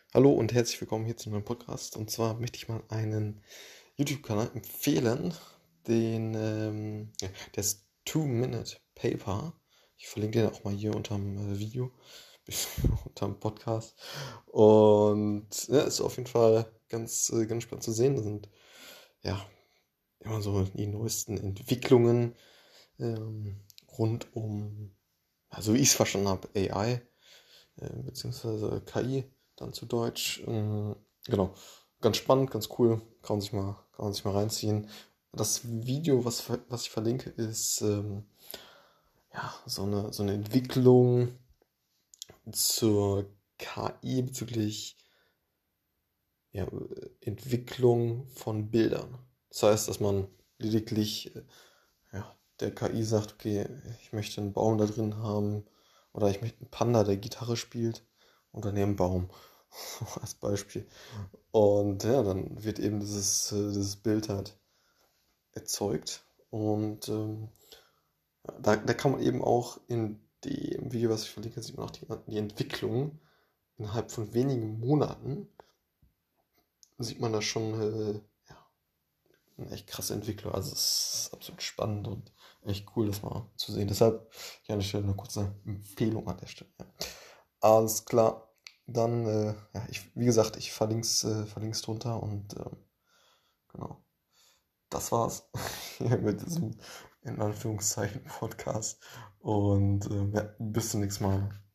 Hallo und herzlich willkommen hier zu meinem Podcast. Und zwar möchte ich mal einen YouTube-Kanal empfehlen, der ist Two-Minute Paper. Ich verlinke den auch mal hier unterm Video, unterm Podcast. Und ja, ist auf jeden Fall ganz spannend zu sehen. Das sind ja immer so die neuesten Entwicklungen ähm, rund um, also wie ich es verstanden habe, AI beziehungsweise KI dann zu Deutsch. Genau, ganz spannend, ganz cool, kann man sich mal reinziehen. Das Video, was ich verlinke, ist ja, so eine Entwicklung zur KI bezüglich ja, Entwicklung von Bildern. Das heißt, dass man lediglich ja, der KI sagt, okay, ich möchte einen Baum da drin haben oder ich möchte einen Panda, der Gitarre spielt und dann eben einen Baum als Beispiel. Und ja, dann wird eben dieses Bild halt erzeugt und da kann man eben auch in dem Video, was ich verlinke, sieht man auch die Entwicklung innerhalb von wenigen Monaten, sieht man da schon ja, eine echt krasse Entwicklung. Also es ist absolut spannend und echt cool, das mal zu sehen. Deshalb hier an der Stelle eine kurze Empfehlung an der Stelle. Ja. Alles klar. Dann, ja, wie gesagt, ich verlink's drunter und genau. Das war's hier mit diesem in Anführungszeichen Podcast. Und ja, bis zum nächsten Mal.